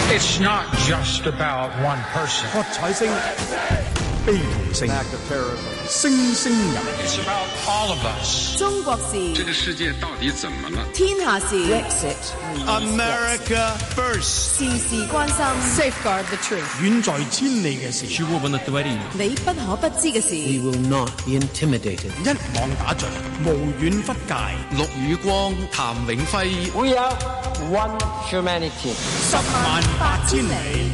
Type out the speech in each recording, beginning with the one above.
It's not just about one person. 喝彩聲、悲劇聲、聲聲入。 It's about all of us. 中國事， 這個世界到底怎麼了？ 天下事 America first， 事事關心 Safeguard the truth， 遠在千里嘅事， 你不可不知嘅事。 We will not be intimidated. 一網打盡，無遠弗屆。 陸宇光、譚永輝 We are one humanity. 108000里。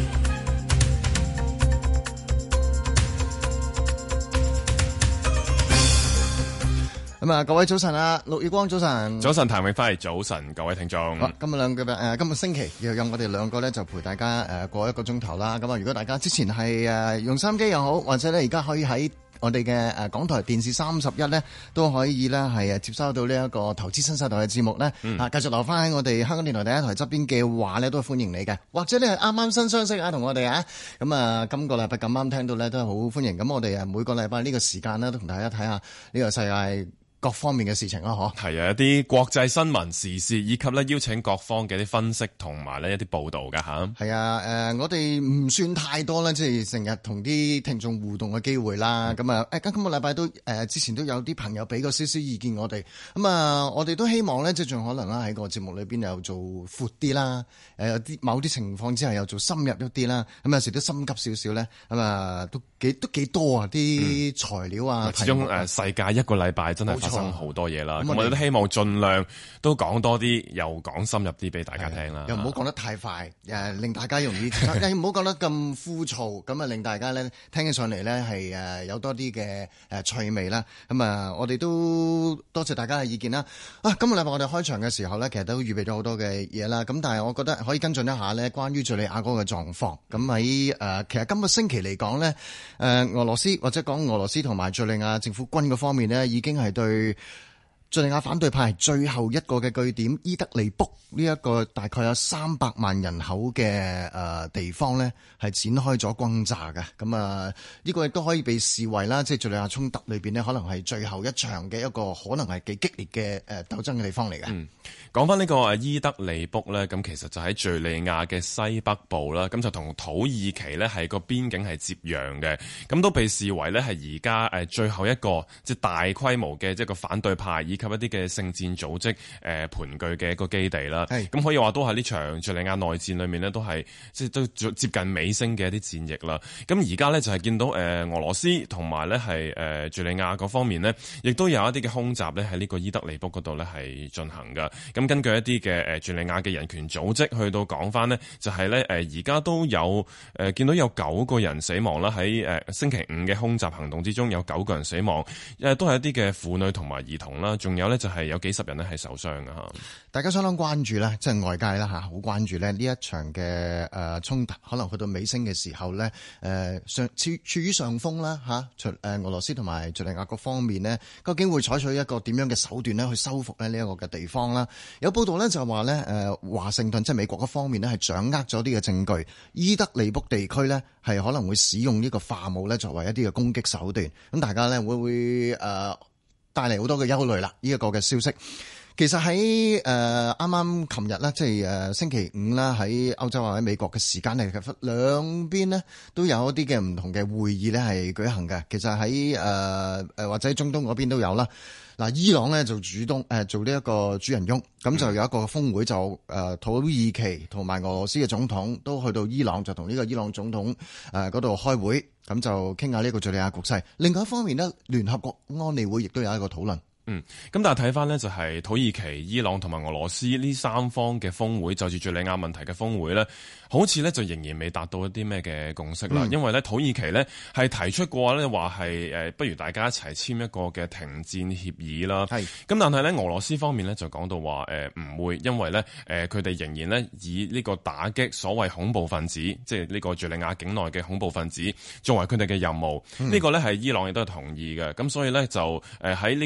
咁啊，各位早晨啊，陸宇光早晨， 早晨譚永輝，早晨各位聽眾。 好，今個星期又有我哋兩個咧，就陪大家過一個鐘頭啦。咁啊，如果大家之前係用收音機又好，或者咧而家可以喺我哋嘅港台電視31咧，都可以咧係接收到呢一個投資新世代嘅節目咧。繼續留翻喺我哋香港電台第一台側邊嘅話咧，都係歡迎你嘅。或者你係啱啱新相識啊，同我哋啊，咁啊，今個禮拜咁啱聽到咧，都係好歡迎。咁我哋每個禮拜呢個時間咧，都同大家睇下呢個世界各方面嘅事情啦， 係啊，一啲國際新聞時事，以及咧邀請各方嘅一啲分析同埋呢一啲報導㗎嚇。 係啊，我哋唔算太多啦，即係成日同啲聽眾互動嘅機會啦。咁啊，今個禮拜都之前都有啲朋友俾過少少意見我哋。咁啊，我哋都希望咧，即係盡可能啦，喺個節目裏邊又做闊啲啦。有啲某啲情況之下又做深入一啲啦。咁有時都心急少少咧。咁啊，都幾多啊啲材料啊。 始終世界一個禮拜真係發生好多嘢啦，咁我哋都希望盡量都講多啲，又講深入啲俾大家聽啦。 又唔好講得太快，令大家容易，又唔好講得咁枯燥，咁啊令大家咧聽起上嚟咧係有多啲嘅趣味啦。咁啊，我哋都多謝大家嘅意見啦。今個禮拜我哋開場嘅時候咧，其實都預備咗好多嘅嘢啦。咁但係我覺得可以跟進一下咧，關於敍利亞嗰個狀況。咁喺其實今個星期嚟講咧，俄羅斯或者講俄羅斯同埋敍利亞政府軍嗰方面咧，已經係對敍利亞反對派最後一個嘅據點伊德利卜呢一個大概有300萬人口嘅地方呢，係展開咗轟炸嘅。咁呢個亦都可以被視為啦，即係敍利亞衝突裏邊呢，可能係最後一場嘅一個可能係幾激烈嘅鬥爭嘅地方嚟嘅。 講翻呢個伊德利卜呢，咁其實就喺敍利亞嘅西北部啦，咁就同土耳其呢係個邊境係接壤嘅，咁都被視為呢係而家最後一個即係大規模嘅即係個反對派以及一啲嘅聖戰組織盤踞嘅一個基地啦。咁可以話都係呢場敍利亞內戰裏面呢，都係即係都接近尾聲嘅一啲戰役啦。咁而家呢，就係見到俄羅斯同埋呢係敍利亞嗰方面呢，亦都有一啲嘅空襲呢喺呢個伊德利卜嗰度呢係進行㗎。咁根據一啲嘅敍利亞嘅人權組織去到講翻呢，就係呢而家都有見到有9個人死亡啦，喺星期五嘅空襲行動之中有9個人死亡，都係一啲嘅婦女同埋兒童啦，仲有呢就係有幾十人呢係受傷㗎嚇。 大家相當關注咧，即係外界啦嚇，好關注咧呢一場嘅衝突，可能去到尾聲嘅時候咧，處於上風啦嚇，俄羅斯同埋敍利亞各方面呢，究竟會採取一個點樣嘅手段咧去收復咧呢一個嘅地方啦？有報道咧就話咧華盛頓即係美國嗰方面呢，係掌握咗啲嘅證據，伊德利卜地區呢，係可能會使用呢個化武咧作為一啲嘅攻擊手段，咁大家咧會帶嚟好多嘅憂慮啦。呢一個嘅消息，其實喺啱啱琴日啦，即係星期五啦，喺歐洲或者美國嘅時間嚟，其實兩邊呢都有一啲嘅唔同嘅會議咧係舉行嘅。其實喺或者中東嗰邊都有啦。嗱，伊朗咧就主動做呢一個主人翁，咁就有一個峰會，就土耳其同埋俄羅斯嘅總統都去到伊朗，就同呢個伊朗總統嗰度開會，咁就傾下呢個敍利亞局勢。另外一方面呢，聯合國安理會亦都有一個討論。 咁但係睇翻呢，就係土耳其、伊朗同埋俄羅斯呢三方嘅峰會，就住敍利亞問題嘅峰會呢，好似呢就仍然未達到一啲咩嘅共識啦。因為呢土耳其呢係提出過呢話係不如大家一齊簽一個嘅停戰協議啦。咁但係呢俄羅斯方面呢就講到話唔會，因為呢佢哋仍然呢以呢個打擊所謂恐怖分子，即係呢個敍利亞境內嘅恐怖分子作為佢哋嘅任務。呢個呢係伊朗亦都係同意嘅。咁所以呢就喺呢個嘅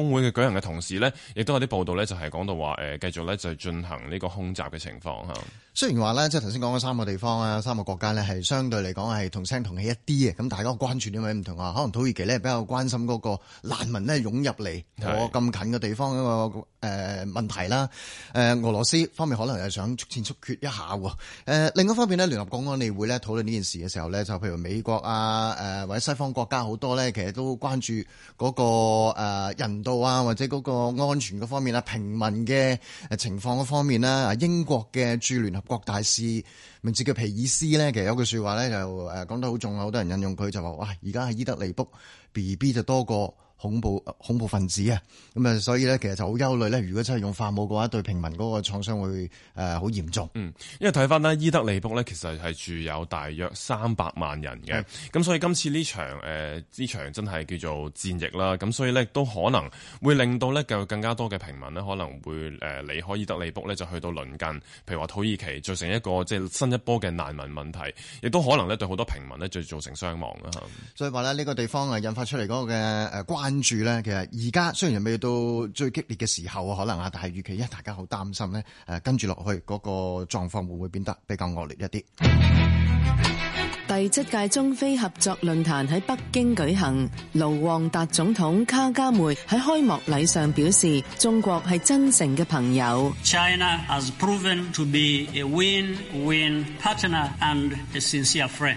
峯會嘅舉行嘅同時呢，亦都有啲報道呢，就係講到話繼續呢，就進行呢個空襲嘅情況嚇。 雖然話咧，即係頭先講嘅3個地方啊，3個國家咧，係相對嚟講係同聲同氣一啲嘅。咁大家關注點位唔同啊，可能土耳其咧比較關心嗰個難民咧湧入嚟我咁近嘅地方一個問題啦。俄羅斯方面可能係想速戰速決一下喎。另一方面咧，聯合國安理會咧討論呢件事嘅時候咧，就譬如美國啊或者西方國家好多咧，其實都關注嗰個人道啊或者嗰個安全嗰方面啊，平民嘅情況嗰方面啦。英國嘅駐聯合國大使名字叫皮爾斯咧，其實有句說話咧就講得好重，好多人引用佢就話：哇！而家喺伊德利卜 BB 就多過恐怖分子啊！咁啊，所以咧其實就好憂慮咧，如果真係用化武嘅話，對平民嗰個創傷會好嚴重。因為睇翻呢，伊德利卜咧其實係住有大約300萬人嘅，咁所以今次呢場真係叫做戰役啦。咁所以咧都可能會令到咧更加多嘅平民呢可能會離開伊德利卜咧，就去到鄰近，譬如話土耳其，造成一個即係新一波嘅難民問題，亦都可能咧對好多平民呢就造成傷亡啦。 所以話咧呢個地方引發出嚟嗰個嘅關注咧，其實而家雖然未到最激烈嘅時候可能啊，但係預期大家好擔心咧，跟住落去嗰個狀況會唔會變得比較惡劣一啲？ 第7屆中非合作論壇喺北京舉行，盧旺達總統卡加梅喺開幕禮上表示，中國係真誠嘅朋友。 China has proven to be a win-win partner and a sincere friend。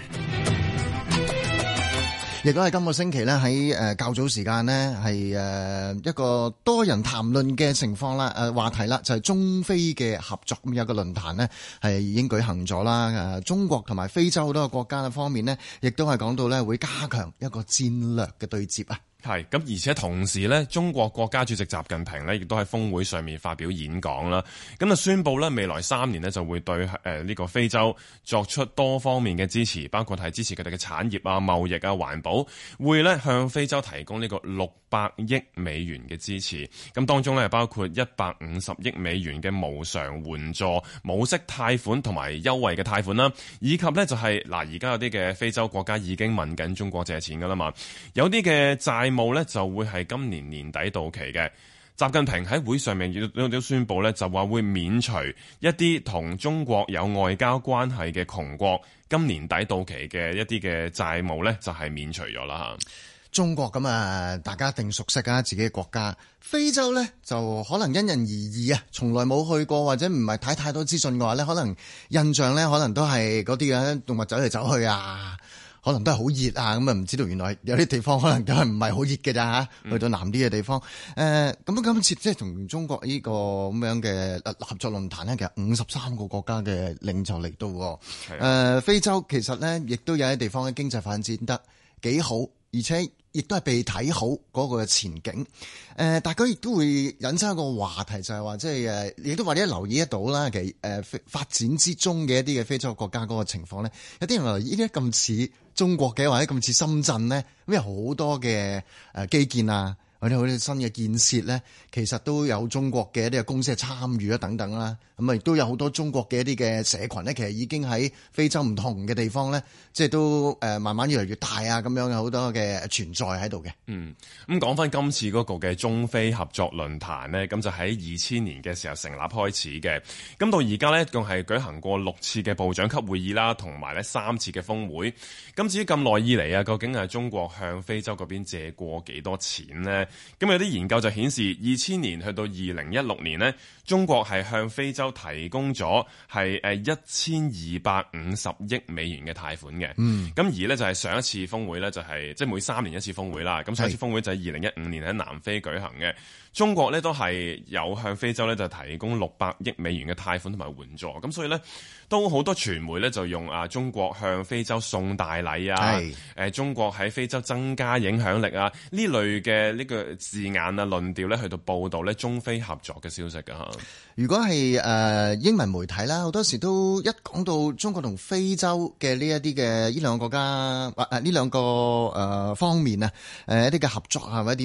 亦都係今個星期咧，喺較早時間呢，係一個多人談論嘅情況啦，話題啦，就係中非嘅合作。咁有個論壇呢，係已經舉行咗啦。中國同埋非洲好多個國家嘅方面呢，亦都係講到咧會加強一個戰略嘅對接啊。 係咁，而且同時咧，中國國家主席習近平咧，亦都喺峰會上面發表演講啦。咁就宣布咧，未來3年咧就會對呢個非洲作出多方面嘅支持，包括係支持佢哋嘅產業啊、貿易啊、環保，會咧向非洲提供呢個600億美元嘅支持。咁當中咧包括150億美元嘅無償援助、冇息貸款同埋優惠嘅貸款啦，以及咧就係而家有啲嘅非洲國家已經問緊中國借錢噶啦嘛，有啲嘅債務咧就會係今年年底到期嘅。習近平喺會上面亦都宣布咧，就話會免除一啲同中國有外交關係嘅窮國今年底到期嘅一啲嘅債務咧，就係免除咗啦嚇。 中國咁啊，大家一定熟悉啊，自己嘅國家。非洲咧就可能因人而異啊，從來冇去過或者唔係睇太多資訊嘅話咧，可能印象咧可能都係嗰啲嘅動物走嚟走去啊。可能都係好熱啊，咁啊唔知道原來有啲地方可能都係唔係好熱嘅咋嚇，去到南啲嘅地方。咁今次即係同中國呢個咁樣嘅合作論壇咧，其實53個國家嘅領袖嚟到。非洲其實咧，亦都有啲地方嘅經濟發展得幾好，而且亦都係被睇好嗰個前景。大家亦都會引申一個話題，就係話即係亦都或者留意得到啦。其實發展之中嘅一啲嘅非洲國家嗰個情況咧，有啲人話依家咁似中國嘅，或者咁似深圳咧，咁有好多嘅基建啊，或者好似新嘅建設咧，其實都有中國嘅一啲嘅公司係參與啊等等啦。咁啊亦都有好多中國嘅一啲嘅社群咧，其實已經喺非洲唔同嘅地方咧，即係都慢慢越嚟越大啊，咁樣有好多嘅存在喺度嘅。 咁講翻今次嗰個嘅中非合作論壇呢，咁就喺2000年嘅時候成立開始嘅。咁到而家呢，共係舉行過6次嘅部長級會議啦，同埋呢3次嘅峰會。咁至於咁耐以嚟啊，究竟係中國向非洲嗰邊借過幾多錢呢？咁有啲研究就顯示，2000年去到2016年呢，中國係向非洲提供咗係1250億美元嘅貸款嘅。咁而呢，就係上一次峰會呢，就係即係每3年一次峰會啦。咁上一次峰會就係2015年喺南非舉行嘅。中國呢，都係有向非洲呢，就提供600億美元嘅貸款同埋援助。咁所以呢，都好多傳媒呢，就用中國向非洲送大禮啊，中國喺非洲增加影響力啊呢類嘅呢個字眼啊論調呢，去到報導呢中非合作嘅消息㗎嚇。 如果係英文媒體啦，好多時都一講到中國同非洲嘅呢一啲嘅呢兩個國家呢兩個方面啊，一啲嘅合作啊或者點樣咧，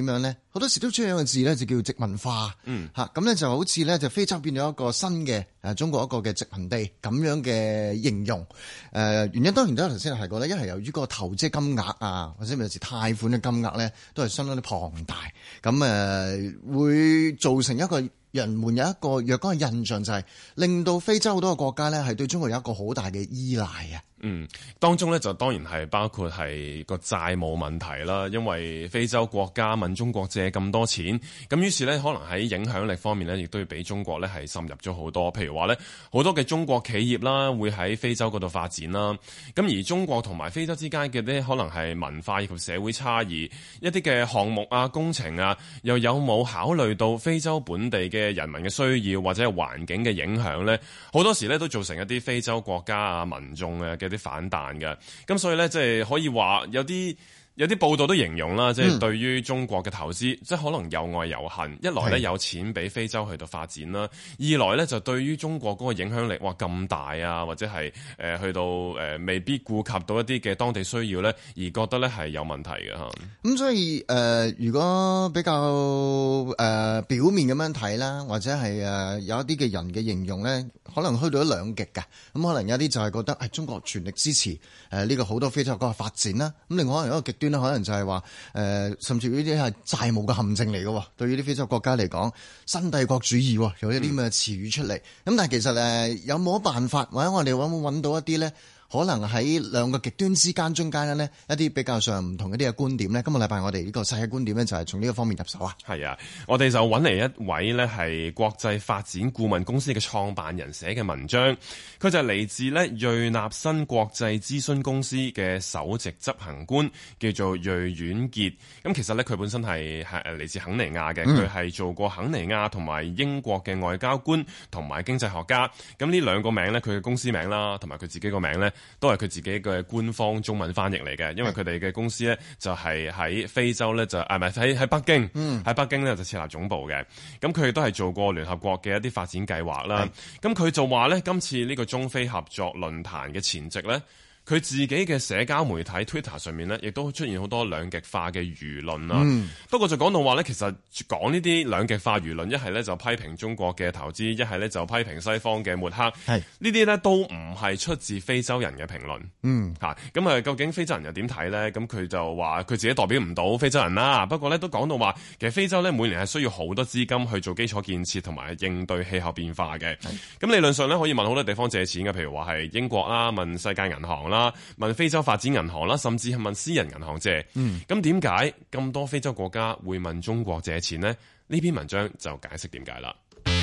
好多時都出現一個字咧，就叫殖民化。咁咧就好似咧就非洲變咗一個新嘅中國一個嘅殖民地咁樣嘅形容。原因當然都頭先提過咧，一係由於個投資金額啊，或者有時貸款嘅金額咧，都係相當之龐大。咁會造成一個人們有一個若干嘅印象，就係令到非洲好多個國家咧係對中國有一個好大嘅依賴啊。 當中咧就當然係包括係個債務問題啦，因為非洲國家問中國借咁多錢，咁於是咧可能喺影響力方面咧，亦都要俾中國咧係滲入咗好多。譬如話咧，好多嘅中國企業啦，會喺非洲嗰度發展啦。咁而中國同埋非洲之間嘅咧，可能係文化以及社會差異，一啲嘅項目啊、工程啊，又有冇考慮到非洲本地嘅人民嘅需要或者係環境嘅影響咧？好多時咧都造成一啲非洲國家啊、民眾嘅啲反彈嘅，咁所以咧即係可以話有啲報道都形容啦，即係對於中國嘅投資，即係可能有愛有恨。一來咧有錢俾非洲去到發展啦，二來咧就對於中國嗰個影響力哇咁大啊，或者係去到未必顧及到一啲嘅當地需要咧，而覺得咧係有問題嘅嚇。 咁所以如果比較表面咁樣睇啦，或者係有一啲嘅人嘅形容咧，可能去到兩極㗎。咁可能有啲就係覺得中國全力支持呢個好多非洲國家發展啦。咁另外可能有一個極端可能就係話甚至呢啲係債務嘅陷阱嚟嘅，對於啲非洲國家嚟講，新帝國主義有一啲咁嘅詞語出嚟。咁但係其實有冇辦法，或者我哋有冇揾到一啲咧？可能喺兩個極端之間中間呢，一啲比較上唔同一啲嘅觀點呢。今個禮拜我哋呢個世界觀點呢，就係從呢個方面入手啊。 係啊，我哋就揾嚟一位呢係國際發展顧問公司嘅創辦人寫嘅文章，佢就係嚟自呢瑞納新國際諮詢公司嘅首席執行官，叫做芮婉傑。咁其實呢，佢本身係嚟自肯尼亞嘅，佢係做過肯尼亞同埋英國嘅外交官同埋經濟學家。咁呢兩個名呢，佢嘅公司名啦，同埋佢自己個名呢，都係佢自己嘅官方中文翻譯嚟嘅，因為佢哋嘅公司咧就係喺非洲咧就唔係喺北京，喺北京咧就設立總部嘅。咁佢亦都係做過聯合國嘅一啲發展計劃啦。咁佢就話咧，今次呢個中非合作論壇嘅前夕咧，佢自己嘅社交媒體 Twitter 上面咧，亦都出現好多兩極化嘅輿論啦。不過就講到話咧，其實講呢啲兩極化輿論，一係咧就批評中國嘅投資，一係咧就批評西方嘅抹黑。呢啲咧都唔係出自非洲人嘅評論。咁究竟非洲人又點睇咧？咁佢就話佢自己代表唔到非洲人啦。不過咧都講到話，其實非洲咧每年係需要好多資金去做基礎建設同埋應對氣候變化嘅。咁理論上咧可以問好多地方借錢嘅，譬如話係英國啦，問世界銀行啦，問非洲發展銀行啦，甚至係問私人銀行借。咁點解咁多非洲國家會問中國借錢呢？呢篇文章就解釋點解啦。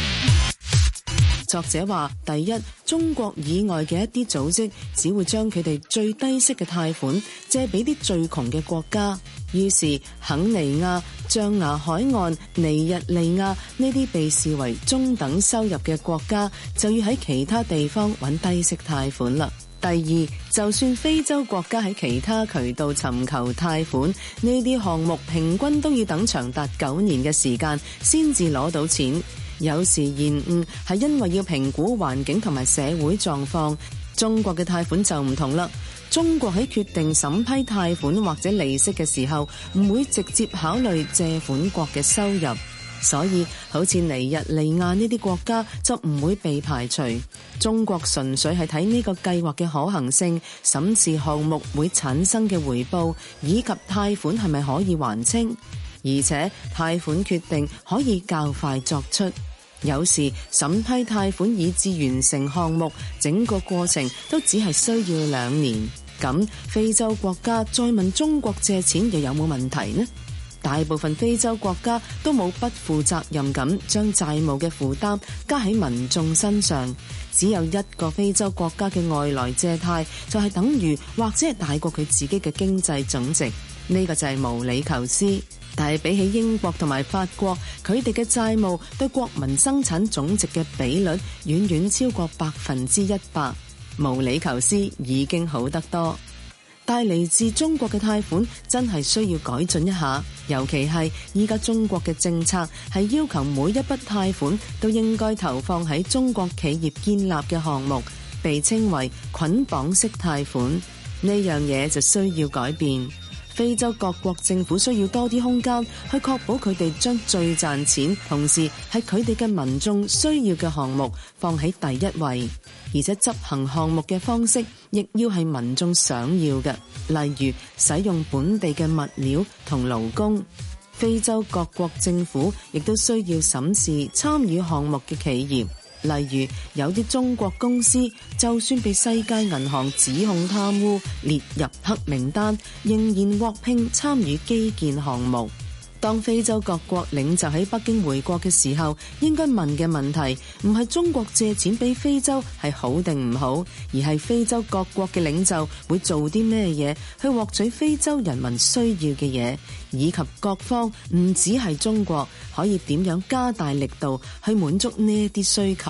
作者話：第一，中國以外嘅一啲組織只會將佢哋最低息嘅貸款借俾啲最窮嘅國家，於是肯尼亞、象牙海岸、尼日利亞呢啲被視為中等收入嘅國家就要喺其他地方揾低息貸款啦。第二，就算非洲國家喺其他渠道尋求貸款，呢啲項目平均都要等長達9年嘅時間先至攞到錢，有時延誤係因為要評估環境同埋社會狀況。中國嘅貸款就唔同啦，中國喺決定審批貸款或者利息嘅時候，唔會直接考慮借款國嘅收入。所以好似尼日利亞呢啲國家就唔會被排除，中國純粹係睇呢個計劃嘅可行性，審視項目會產生嘅回報，以及貸款係咪可以還清，而且貸款決定可以較快作出。有時審批貸款以至完成項目，整個過程都只係需要2年。咁非洲國家再問中國借錢又有冇問題呢？大部分非洲國家都冇不負責任咁將債務嘅負擔加喺民眾身上，只有一個非洲國家嘅外來借貸就係等於或者係大過佢自己嘅經濟總值，呢個就係毛里求斯。但係比起英國同埋法國，佢哋嘅債務對國民生產總值嘅比率遠遠超過100%，毛里求斯已經好得多。但係嚟自中國嘅貸款真係需要改進一下，尤其係依家中國嘅政策係要求每一筆貸款都應該投放喺中國企業建立嘅項目，被稱為捆綁式貸款。呢樣嘢就需要改變。 非洲各國政府需要多啲空間去確保佢哋將最賺錢，同時係佢哋嘅民眾需要嘅項目放喺第一位，而且執行項目嘅方式亦要係民眾想要嘅，例如使用本地嘅物料同勞工。非洲各國政府亦都需要審視參與項目嘅企業，例如有啲中國公司就算被世界銀行指控貪污列入黑名單，仍然獲聘參與基建項目。當非洲各國領袖喺北京回國嘅時候，應該問嘅問題唔係中國借錢俾非洲係好定唔好，而係非洲各國嘅領袖會做啲咩嘢去獲取非洲人民需要嘅嘢，以及各方唔只係中國可以點樣加大力度去滿足呢啲需求。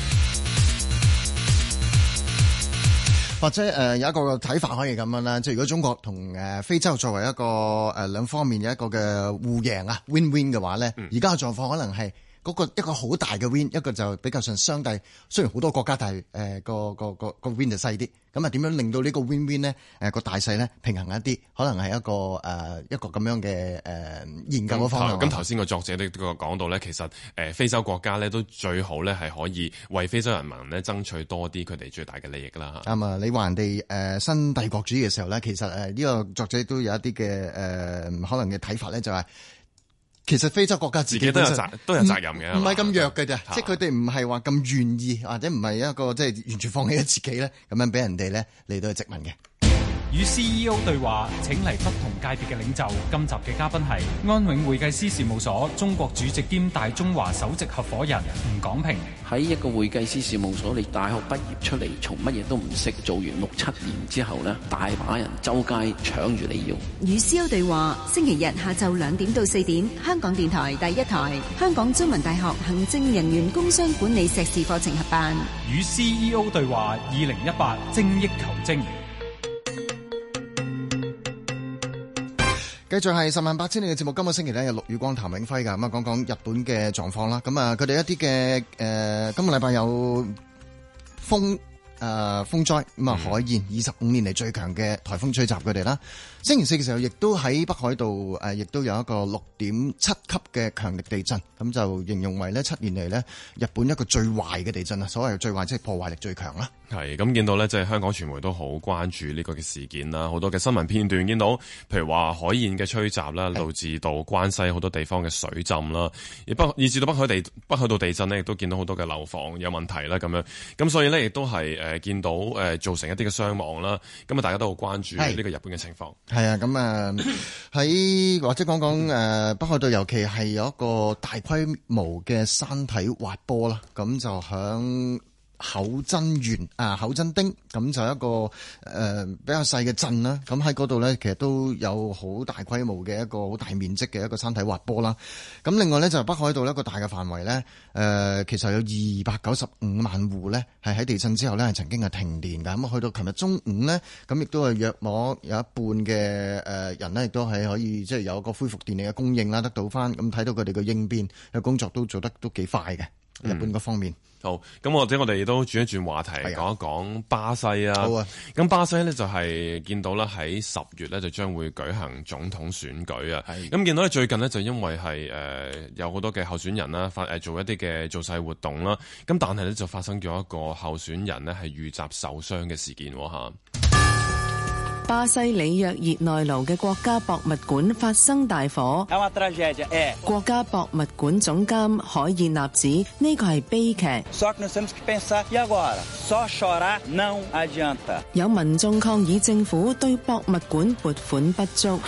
或者有一個睇法可以咁樣啦，即係如果中國同非洲作為一個兩方面有一個嘅互贏啊 win-win 嘅話咧，而家嘅狀況可能係嗰個一個好大嘅 win， 一個就比較上相對，雖然好多國家但係個 win 就細啲。咁啊點樣令到呢個 win-win 咧個大細咧平衡一啲，可能係一個咁樣嘅研究嘅方向。 咁頭先個作者都講到咧，其實非洲國家咧都最好咧係可以為非洲人民咧爭取多啲佢哋最大嘅利益啦。 啱啊！你話人哋新帝國主義嘅時候咧，其實呢個作者都有一啲嘅可能嘅睇法咧，就係其實非洲國家自己都有責任嘅，唔係咁弱嘅啫，即係佢哋唔係話咁願意，或者唔係一個即係完全放棄咗自己咧，咁樣俾人哋咧嚟到去殖民嘅。 與 CEO 對話，請嚟不同界別嘅領袖。今集嘅嘉賓係安永會計師事務所中國主席兼大中華首席合夥人吳廣平。 喺一個會計師事務所，你大學畢業出嚟，從乜嘢都唔識，做完6-7年之後呢，大把人周街搶住你要。 與 CEO 對話，星期日下晝2點到4點，香港電台第一台，香港中文大學行政人員工商管理碩士課程合辦。 與 CEO 對話2018精益求精。 繼續係十萬八千里嘅節目，今個星期咧有陸宇光、譚永輝㗎，咁啊講講日本嘅狀況啦。咁啊，佢哋一啲嘅今個禮拜有風災，咁啊海燕25年嚟最強嘅颱風吹襲佢哋啦。星期四嘅時候，亦都喺北海道亦都有一個6.7級嘅強力地震，咁就形容為呢7年嚟呢日本一個最壞嘅地震啊！所謂最壞即係破壞力最強啦。 係咁見到呢，即係香港傳媒都好關注呢個嘅事件啦，好多嘅新聞片段見到，譬如話海燕嘅吹襲啦，導致到關西好多地方嘅水浸啦，以至到北海道地震呢，亦都見到好多嘅樓房有問題啦，咁樣咁所以呢，亦都係見到造成一啲嘅傷亡啦，咁啊大家都好關注呢個日本嘅情況。 係啊，咁啊喺或者講講北海道，尤其係有一個大規模嘅山體滑坡啦，咁就響厚真町，咁就一個比較細嘅鎮啦。咁喺嗰度咧，其實都有好大規模嘅一個好大面積嘅一個山體滑坡啦。咁另外咧就北海道一個大嘅範圍咧，其實有295萬戶咧係喺地震之後咧係曾經係停電㗎。咁去到琴日中午咧，咁亦都係約莫有一半嘅人咧，亦都係可以即係有一個恢復電力嘅供應啦，得到翻。咁睇到佢哋嘅應變嘅工作都做得都幾快嘅，日本嗰方面。 好，咁或者我哋都轉一轉話題，講一講巴西啊。好啊，咁巴西呢就係見到啦，喺10月呢就將會舉行總統選舉啊。咁見到咧最近呢，就因為係有好多嘅候選人啦，做一啲嘅造勢活動啦。咁但係呢，就發生咗一個候選人呢係遇襲受傷嘅事件嚇。 巴西里約熱內盧嘅國家博物館發生大火，國家博物館總監海燕納指呢個係悲劇。有民眾抗議政府對博物館撥款不足。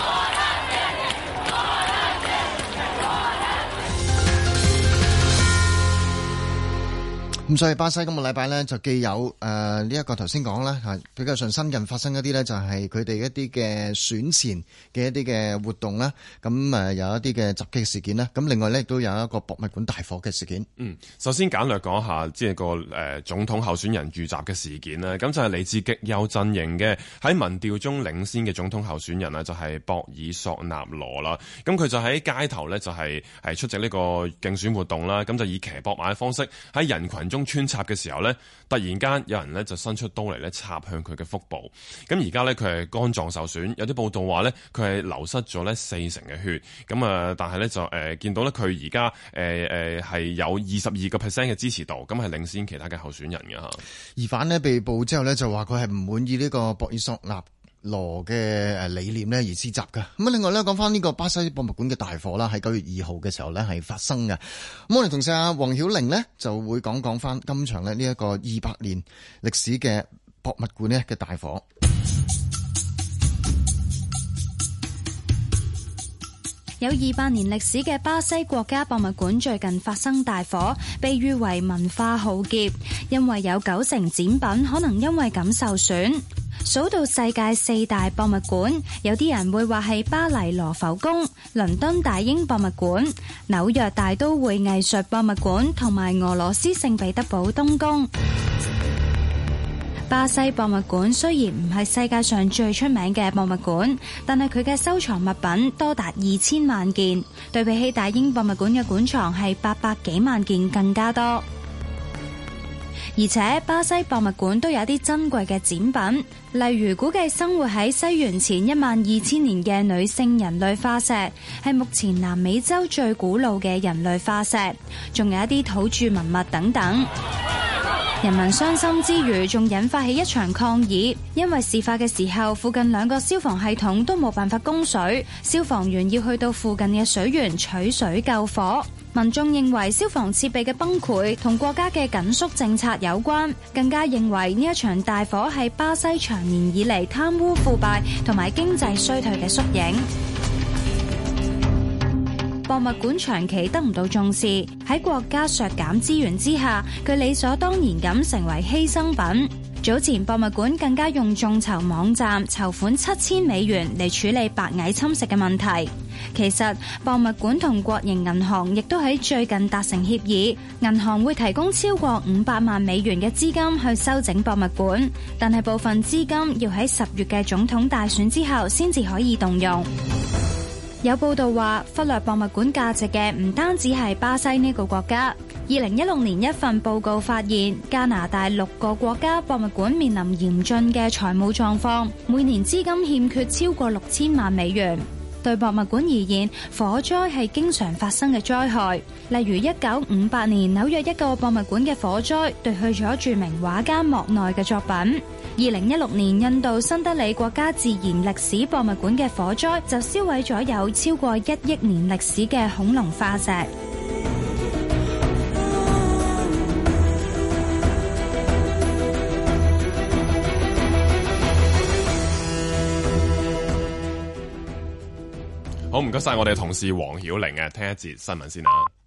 咁所以巴西今個禮拜咧就既有呢一個頭先講啦，比較上新近發生一啲咧就係佢哋一啲嘅選前嘅一啲嘅活動啦，咁有一啲嘅襲擊事件啦，咁另外咧亦都有一個博物館大火嘅事件。 首先簡略講下即係個總統候選人遇襲嘅事件啦，咁就係嚟自極右陣營嘅喺民調中領先嘅總統候選人啊，就係博爾索納羅啦。咁佢就喺街頭咧就係出席呢個競選活動啦，咁就以騎膊馬嘅方式喺人群中中穿插嘅時候呢，突然間有人呢就伸出刀嚟呢插向佢嘅腹部。咁而家呢，佢係肝臟受損，有啲報道話呢，佢係流失咗呢40%嘅血。咁但係呢，就見到呢，佢而家係有22% 嘅支持度，咁係領先其他嘅候選人嘅嚇。 疑犯呢被捕之後呢，就話佢係唔滿意呢個博爾索納羅嘅理念呢而施襲㗎。咁另外呢，講翻呢個巴西博物館嘅大火啦，喺9月2號嘅時候呢係發生嘅。咁我哋同事阿黃曉玲呢就會講翻今場呢一個200年歷史嘅博物館呢嘅大火。 有200年歷史嘅巴西國家博物館最近發生大火，被譽為文化浩劫，因為有90%展品可能因為咁受損。數到世界4大博物館，有啲人會話係巴黎羅浮宮、倫敦大英博物館、紐約大都會藝術博物館同埋俄羅斯聖彼得堡冬宮。巴西博物館雖然唔係世界上最出名嘅博物館，但係佢嘅收藏物品多達2000萬件，對比起大英博物館嘅館藏係800幾萬件更加多。而且巴西博物館都有啲珍貴嘅展品，例如估計生活喺西元前12000年嘅女性人類化石，係目前南美洲最古老嘅人類化石，仲有一啲土著文物等等。人民傷心之餘，仲引發起一場抗議，因為事發嘅時候，附近2個消防系統都冇辦法供水，消防員要去到附近嘅水源取水救火。民眾認為消防設備嘅崩潰同國家嘅緊縮政策有關，更加認為呢一場大火係巴西長年以嚟貪污腐敗同埋經濟衰退嘅縮影。博物館長期得唔到重視，喺國家削減資源之下，佢理所當然咁成為犧牲品。早前博物館更加用眾籌網站籌款7000美元嚟處理白蟻侵蝕嘅問題。其實博物館同國營銀行亦都喺最近達成協議，銀行會提供超過500萬美元嘅資金去修整博物館，但係部分資金要喺10月嘅總統大選之後先至可以動用。有報道話，忽略博物館價值嘅唔單止係巴西呢個國家。2016年一份報告發現，加拿大6個國家博物館面臨嚴峻嘅財務狀況，每年資金欠缺超過6000萬美元。對博物館而言，火災係經常發生嘅災害。例如1958年紐約一個博物館嘅火災，奪去咗著名畫家莫奈嘅作品。2016年印度新德里國家自然歷史博物館嘅火災，就燒毀咗有超過1億年歷史嘅恐龍化石。 好，唔該晒我哋同事黃曉玲啊，聽一節新聞先啦。